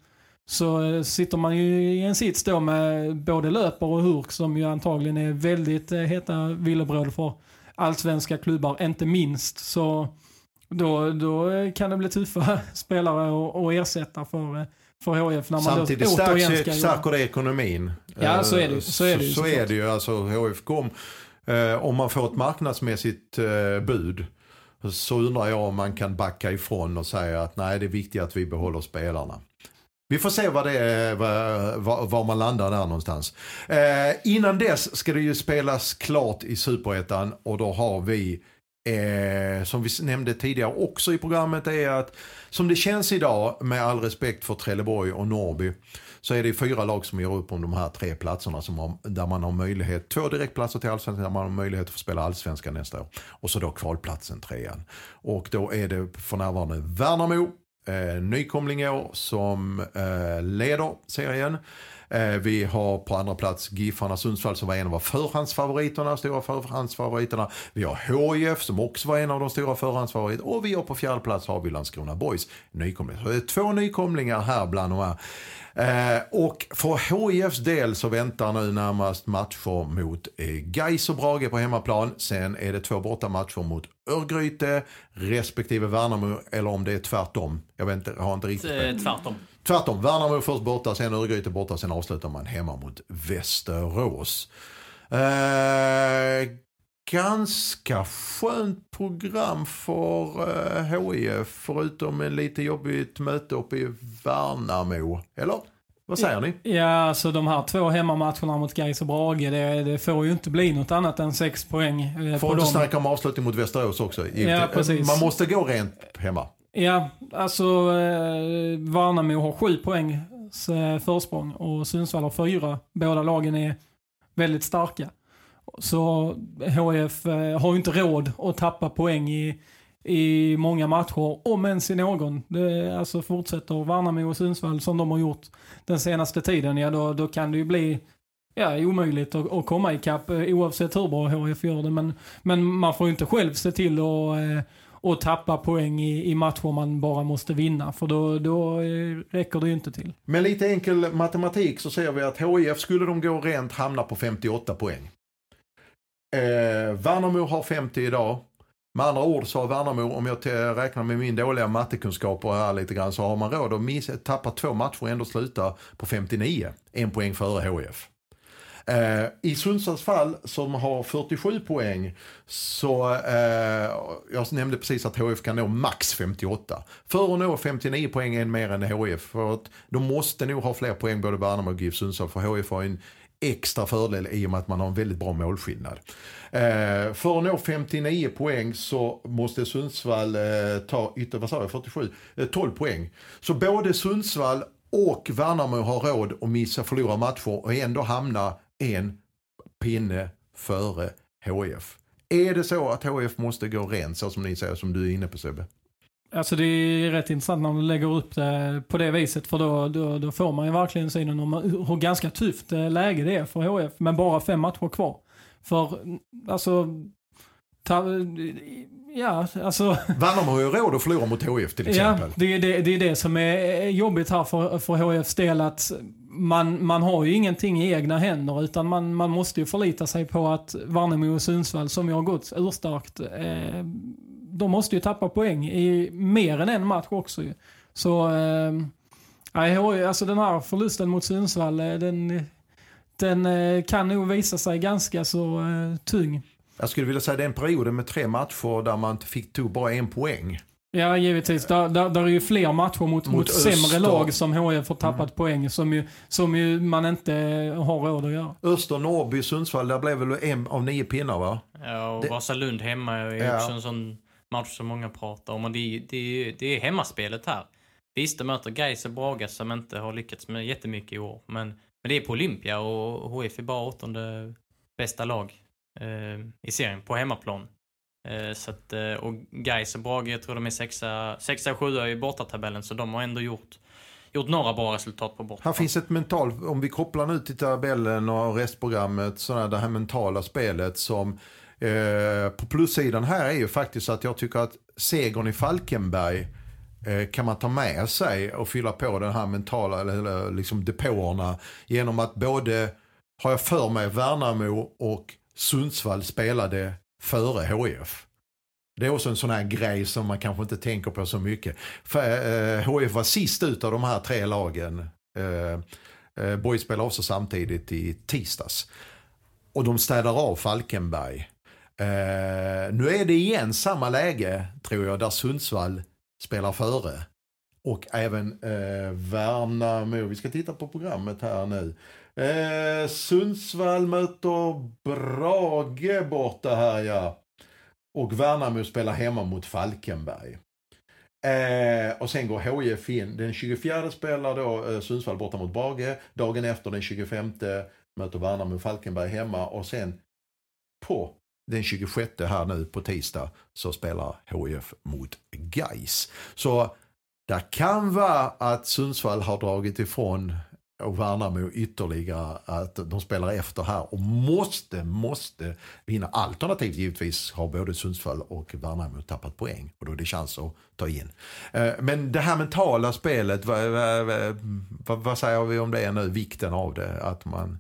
så sitter man ju i en sits då med både Löper och Hurk som ju antagligen är väldigt heta villebråd för allsvenska klubbar, inte minst. Så då kan det bli tuffa spelare att ersätta för HIF när man samtidigt stärker det ekonomin. Ja, så är det. Så är det ju. Alltså HIF kom, om man får ett marknadsmässigt bud, så undrar jag om man kan backa ifrån och säga att nej, det är viktigt att vi behåller spelarna. Vi får se var man landar där någonstans. Innan dess ska det ju spelas klart i Superettan, och då har vi, som vi nämnde tidigare också i programmet, är att som det känns idag, med all respekt för Trelleborg och Norrby, så är det 4 lag som gör upp om de här 3 platserna där man har möjlighet, 2 direktplatser till allsvenskan där man har möjlighet att få spela allsvenskan nästa år. Och så då kvalplatsen 3:an. Och då är det för närvarande Värnamo, nykomling i år, som leder serien. Vi har på andra plats Giffarna Sundsvall som var en av stora förhandsfavoriterna. Vi har HIF som också var en av de stora förhandsfavoriterna. Och vi har på 4:e plats har vi Landskrona Boys, nykomling. Så det är 2 nykomlingar här bland de här. Och för HIFs del så väntar nu närmast matcher mot Gais och Brage på hemmaplan. Sen är det 2 bortamatcher mot Örgryte respektive Värnamo, eller om det är tvärtom. Jag har inte riktigt. Tvärtom. Värnamo först borta, sen Örgryte borta, sen avslutar man hemma mot Västerås. Ganska skönt program för HIF, förutom en lite jobbigt möte uppe i Värnamo. Eller? Vad säger ni? Ja, så de här 2 hemmamatcherna mot Gais och Brage, det får ju inte bli något annat än 6 poäng. Får inte snacka om avslutning mot Västerås också. Ja, precis. Man måste gå rent hemma. Ja, alltså Värnamo har 7 poäng försprång och Sundsvall har 4. Båda lagen är väldigt starka. Så HIF har ju inte råd att tappa poäng i många matcher, om ens i någon. Alltså fortsätter Värnamo och Sundsvall som de har gjort den senaste tiden, ja då kan det ju bli omöjligt att komma ikapp oavsett hur bra HIF gör det. Men man får ju inte själv se till att tappa poäng i matcher man bara måste vinna, för då räcker det ju inte till. Med lite enkel matematik så ser vi att HIF, skulle de gå rent, hamna på 58 poäng. Värnamo har 50 idag. Med andra ord så har Värnamo, om jag räknar med min dåliga mattekunskaper här lite grann, så har man råd att tappa 2 matcher och ändå sluta på 59. 1 poäng före HIF. I Sundsvalls fall, som har 47 poäng, så jag nämnde precis att HIF kan nå max 58. För att nå 59 poäng är mer än HIF, för att de måste nog ha fler poäng både Värnamo och GIF Sundsvall, för HIF har en extra fördel i och med att man har en väldigt bra målskillnad. För att nå 59 poäng så måste Sundsvall ta 12 poäng. Så både Sundsvall och Värnamo har råd att förlora matcher och ändå hamna en pinne före HIF. Är det så att HIF måste gå rent, så som ni säger, som du är inne på, Sebbe? Alltså det är rätt intressant när man lägger upp det på det viset, för då får man ju verkligen synen om hur ganska tufft läge det är för HIF, men bara 5 matcher kvar. För alltså Värnamo har ju råd att förlora mot HIF till exempel. Ja, det är det som är jobbigt här för HIFs del, att man har ju ingenting i egna händer, utan man måste ju förlita sig på att Värnamo och Sundsvall, som ju har gått urstarkt, de måste ju tappa poäng i mer än en match också. Så alltså den här förlusten mot Sundsvall, den kan nog visa sig ganska så tung. Jag skulle vilja säga den perioden med 3 matcher där man tog bara 1 poäng. Ja, givetvis. Där är ju fler matcher mot sämre lag som HIF har tappat poäng, som ju man inte har råd att göra. Öster, Norrby, Sundsvall, där blev väl 1 av 9 pinnar, va? Ja, och Vasalund hemma är också en sån match som många pratar om. Och det är hemmaspelet här. Visst, de möter Gais och Brage som inte har lyckats med jättemycket i år. Men det är på Olympia, och HIF är bara 8:e bästa lag i serien på hemmaplan. Så att, och Gais och Brage, jag tror de är 6-7 i bortatabellen, så de har ändå gjort några bra resultat på borta. Här finns ett mentalt, om vi kopplar nu till tabellen och restprogrammet, sådär, det här mentala spelet som på plussidan här är ju faktiskt att jag tycker att segern i Falkenberg kan man ta med sig och fylla på den här mentala eller liksom depåerna genom att både, har jag för mig, Värnamo och Sundsvall spelade före HIF. Det är också en sån här grej som man kanske inte tänker på så mycket. För, HIF var sist ut av de här 3 lagen. Boys spelade också samtidigt i tisdags. Och de städar av Falkenberg. Nu är det igen samma läge, tror jag, där Sundsvall spelar före. Och även Värnamo. Vi ska titta på programmet här nu. Sundsvall möter Brage borta här, ja. Och Värnamo spelar hemma mot Falkenberg. Och sen går HIF in. Den 24 spelar då Sundsvall borta mot Brage. Dagen efter, den 25, möter Värnamo Falkenberg hemma. Och sen på den 26 här nu på tisdag så spelar HIF mot Gais. Så det kan vara att Sundsvall har dragit ifrån och Värnamo ytterligare, att de spelar efter här och måste vinna. Alternativt givetvis har både Sundsvall och Värnamo tappat poäng och då är det chans att ta in. Men det här mentala spelet, vad säger vi om det nu? Vikten av det, att man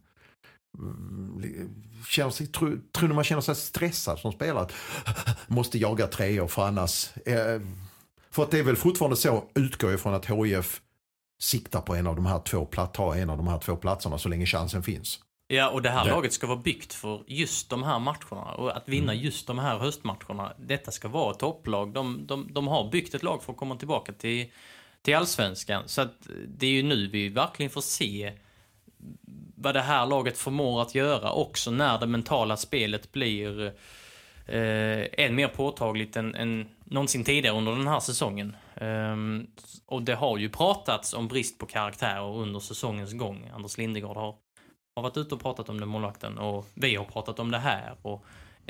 känner sig, tror man känner sig stressad som spelare, måste jaga 3 år för annars. För att det är väl fortfarande så, utgår ifrån att HIF siktar på en av de här 2 platserna så länge chansen finns. Ja, och det här laget ska vara byggt för just de här matcherna och att vinna just de här höstmatcherna. Detta ska vara topplag. De har byggt ett lag för att komma tillbaka till allsvenskan. Så att det är ju nu vi verkligen får se vad det här laget förmår att göra också när det mentala spelet blir än mer påtagligt än någonsin tidigare under den här säsongen. Och det har ju pratats om brist på karaktärer under säsongens gång. Anders Lindegård har varit ute och pratat om den målvakten och vi har pratat om det här. Och,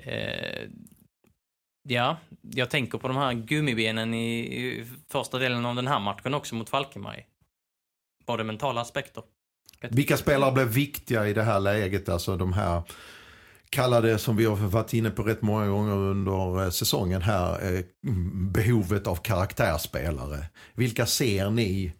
ja, jag tänker på de här gummibenen i första delen av den här matchen också mot Falkenberg. Var det mentala aspekter? Vilka spelare blev viktiga i det här läget? Alltså de här kallade, som vi har varit inne på rätt många gånger under säsongen här, behovet av karaktärsspelare. Vilka ser ni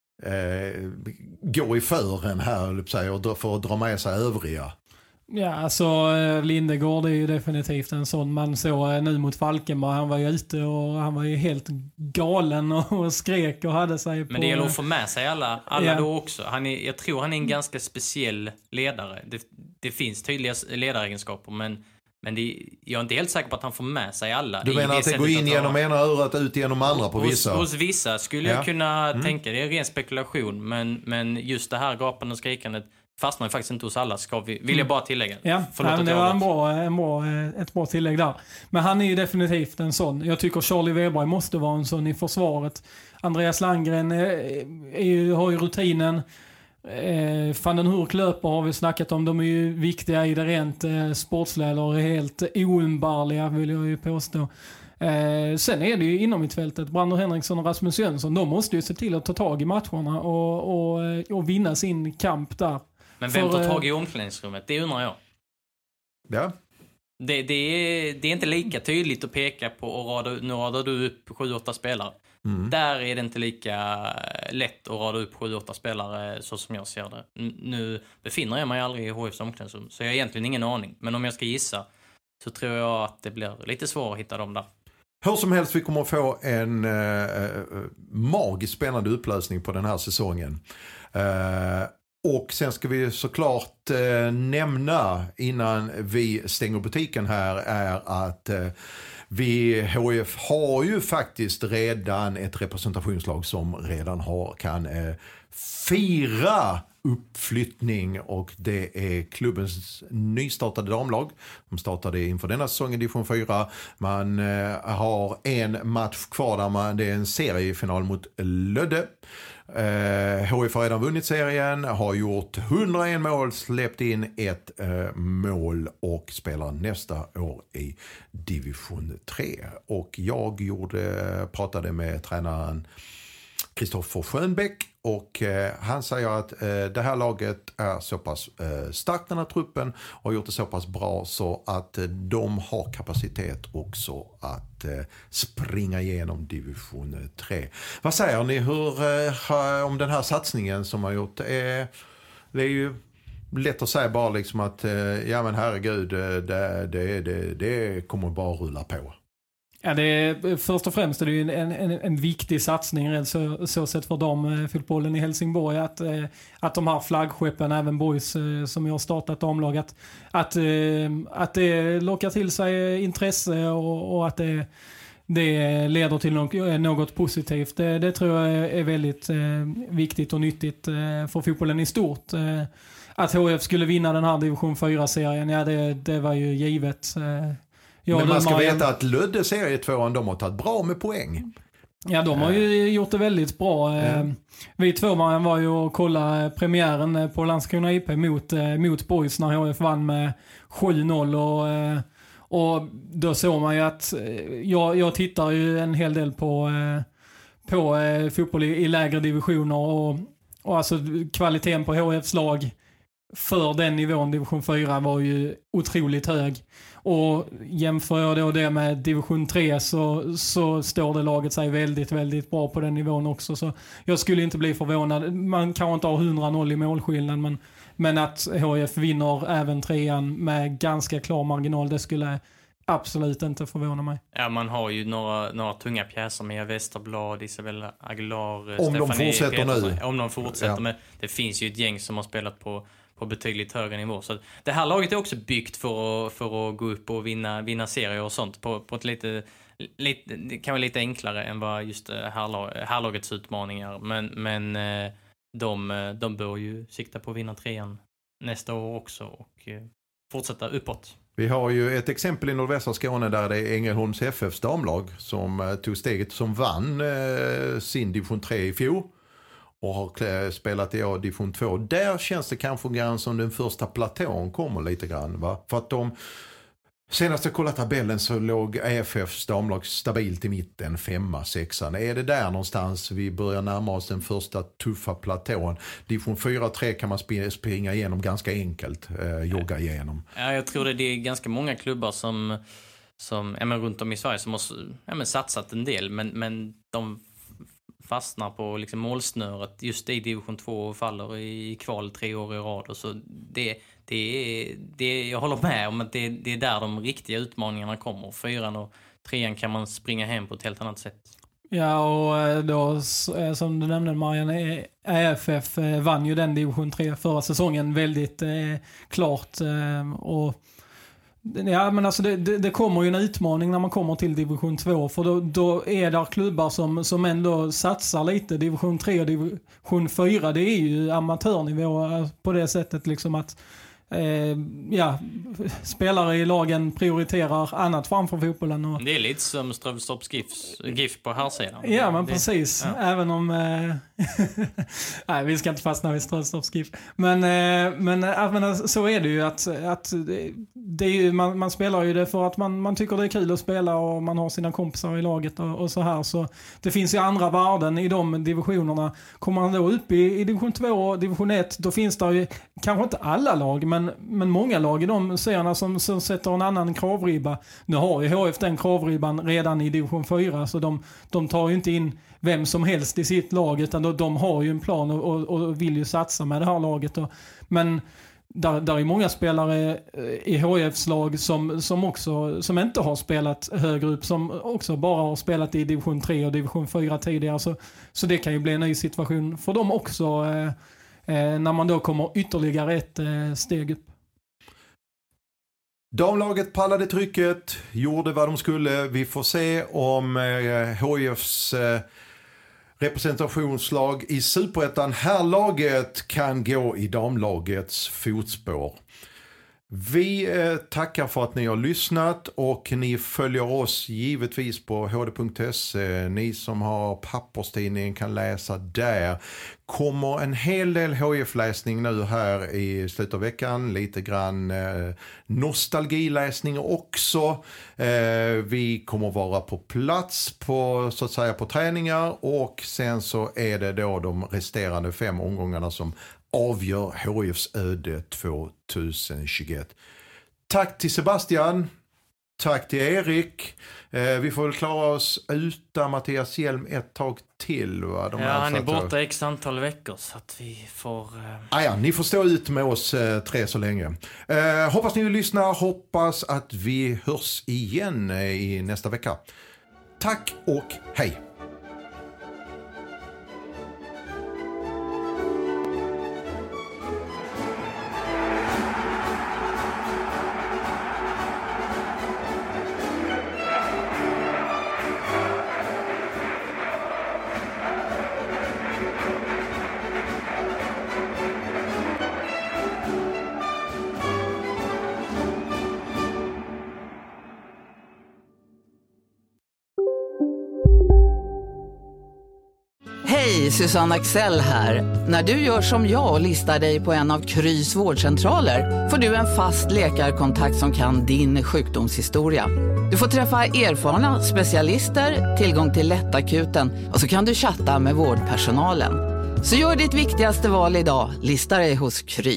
gå i fören här och för att dra med sig övriga? Ja, alltså Lindegård är ju definitivt en sån. Man såg nu mot Falkenberg, han var ju ute och han var ju helt galen och skrek och hade sig på... Men det gäller att få med sig alla då också. Jag tror han är en ganska speciell ledare. Det finns tydliga ledaregenskaper, men jag är inte helt säker på att han får med sig alla. Du menar att det går in genom ena örat ut genom andra på vissa? Hos vissa skulle jag kunna tänka, det är ren spekulation, men just det här gapande och skrikandet fastnar ju faktiskt inte hos alla, vill jag bara tillägga. Ja, det var ett bra tillägg där. Men han är ju definitivt en sån. Jag tycker Charlie Weberg måste vara en sån i försvaret. Andreas Landgren har ju rutinen. Van den Hurk löper har vi snackat om. De är ju viktiga i det rent sportsliga, eller helt oumbärliga vill jag ju påstå. Sen är det ju inom mittfältet Brander Henriksson och Rasmus Jönsson. De måste ju se till att ta tag i matcherna och vinna sin kamp där. Men vem tar tag i omklädningsrummet? Det undrar jag. Ja. Det är inte lika tydligt att peka på och nu radar du upp 7-8 spelare. Där är det inte lika lätt att rada upp 7-8 spelare så som jag ser det. Nu befinner jag mig aldrig i HIFs omklädningsrum, så jag har egentligen ingen aning. Men om jag ska gissa så tror jag att det blir lite svårt att hitta dem där. Hur som helst, vi kommer att få en magiskt spännande upplösning på den här säsongen. Och sen ska vi såklart nämna innan vi stänger butiken här är att HIF har ju faktiskt redan ett representationslag som redan kan fira uppflyttning, och det är klubbens nystartade damlag. De startade inför denna säsongen i division 4. Man har en match kvar där det är en seriefinal mot Lödde. HIF har redan vunnit serien, har gjort 101 mål, släppt in ett mål och spelar nästa år i division 3. Och jag pratade med tränaren Kristoffer Schönbäck, och han säger att det här laget är så pass starkt, den här truppen, och har gjort det så pass bra så att de har kapacitet också att springa igenom division 3. Vad säger ni om den här satsningen som har gjort? Det är ju lätt att säga bara liksom att ja men herregud, det kommer bara rulla på. Ja, det är, först och främst är det ju en viktig satsning så sett för damfotbollen i Helsingborg att de här flaggskeppen, även boys som jag har startat damlag, att det lockar till sig intresse och att det leder till något positivt. Det tror jag är väldigt viktigt och nyttigt för fotbollen i stort. Att HF skulle vinna den här division 4-serien, ja det var ju givet. Men man ska veta att Lödde serie 2, de har tagit bra med poäng. Ja, de har ju gjort det väldigt bra. Vi två var ju och kollade premiären på Landskrona IP mot boys när HF vann med 7-0 och då såg man ju att jag tittar ju en hel del på fotboll i lägre divisioner och alltså kvaliteten på HFs lag för den nivån division 4 var ju otroligt hög. Och jämför jag då det med division 3 så står det laget sig väldigt, väldigt bra på den nivån också. Så jag skulle inte bli förvånad. Man kan inte ha 100-0 i målskillnad, men att HF vinner även 3an med ganska klar marginal, det skulle absolut inte förvåna mig. Ja, man har ju några tunga pjäser med Westerblad, Isabella Aguilar, om de fortsätter nu. Om de fortsätter, men det finns ju ett gäng som har spelat på betydligt högre nivå. Så det här laget är också byggt för att gå upp och vinna serier och sånt på ett lite det kan vara lite enklare än vad just härlagets utmaningar. Men de bör ju sikta på att vinna 3an nästa år också och fortsätta uppåt. Vi har ju ett exempel i nordvästra Skåne där det är Ängelholms FFs damlag som tog steget, som vann sin division 3 i fjol. Och har spelat i division 2. Där känns det kanske grann som den första platån kommer lite grann. Va? För att senast jag kollade tabellen så låg AFFs damlag stabilt i mitten, 5:a, 6:an. Är det där någonstans vi börjar närma oss den första tuffa platån? Division 4-3 kan man springa igenom ganska enkelt, jogga igenom. Ja, jag tror det är ganska många klubbar som runt om i Sverige som har satsat en del, men de fastnar på liksom målsnöret just i division 2 och faller i kval 3 år i rad. Och så jag håller med om att det är där de riktiga utmaningarna kommer. 4an och 3an kan man springa hem på ett helt annat sätt. Ja, och då som du nämnde, Marian, AFF vann ju den division 3 förra säsongen väldigt klart. Och ja, men alltså det kommer ju en utmaning när man kommer till division 2, för då är det klubbar som ändå satsar lite. Division 3 och division 4, det är ju amatörnivå på det sättet liksom att spelare i lagen prioriterar annat framför fotbollen. Och det är lite som Strömstorps GIF på här sidan. Ja, men precis. Ja. Även om nej, vi ska inte fastna vid Strömstorps GIF. Men så är det ju att det är ju, man spelar ju det för att man tycker det är kul att spela och man har sina kompisar i laget och så här. Så det finns ju andra värden i de divisionerna. Kommer man då upp i division 2 och division 1, då finns det ju kanske inte alla lag, men många lag i de serierna som sätter en annan kravribba. Nu har ju HF den kravribban redan i division 4, så de tar ju inte in vem som helst i sitt lag, utan de har ju en plan och vill ju satsa med det här laget. Men där är många spelare i HFs lag som inte har spelat högre upp, som också bara har spelat i division 3 och division 4 tidigare. Så det kan ju bli en ny situation för dem också när man då kommer ytterligare ett steg upp. Damlaget pallade trycket, gjorde vad de skulle. Vi får se om HFs representationslag i Superettan, herrlaget, kan gå i damlagets fotspår. Vi tackar för att ni har lyssnat och ni följer oss givetvis på hd.se. Ni som har papperstidningen kan läsa där. Kommer en hel del HIF-läsning nu här i slutet av veckan. Lite grann nostalgiläsning också. Vi kommer vara på plats på, så att säga, på träningar och sen så är det då de resterande 5 omgångarna som avgör HIFs öde 2021. Tack till Sebastian. Tack till Erik. Vi får väl klara oss utan Mattias Hjelm ett tag till. Va? Han är borta x antal veckor så att vi får... Ni får stå ut med oss 3 så länge. Hoppas ni vill lyssna. Hoppas att vi hörs igen i nästa vecka. Tack och hej. Hej, Susanne Axel här. När du gör som jag och listar dig på en av Krys vårdcentraler får du en fast läkarkontakt som kan din sjukdomshistoria. Du får träffa erfarna specialister, tillgång till lättakuten och så kan du chatta med vårdpersonalen. Så gör ditt viktigaste val idag, lista dig hos Kry.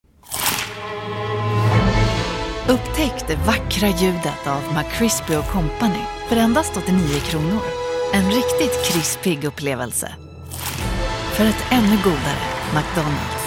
Upptäck det vackra ljudet av McCrispy & Company för endast 89 kronor. En riktigt krispig upplevelse. För ett ännu godare McDonald's.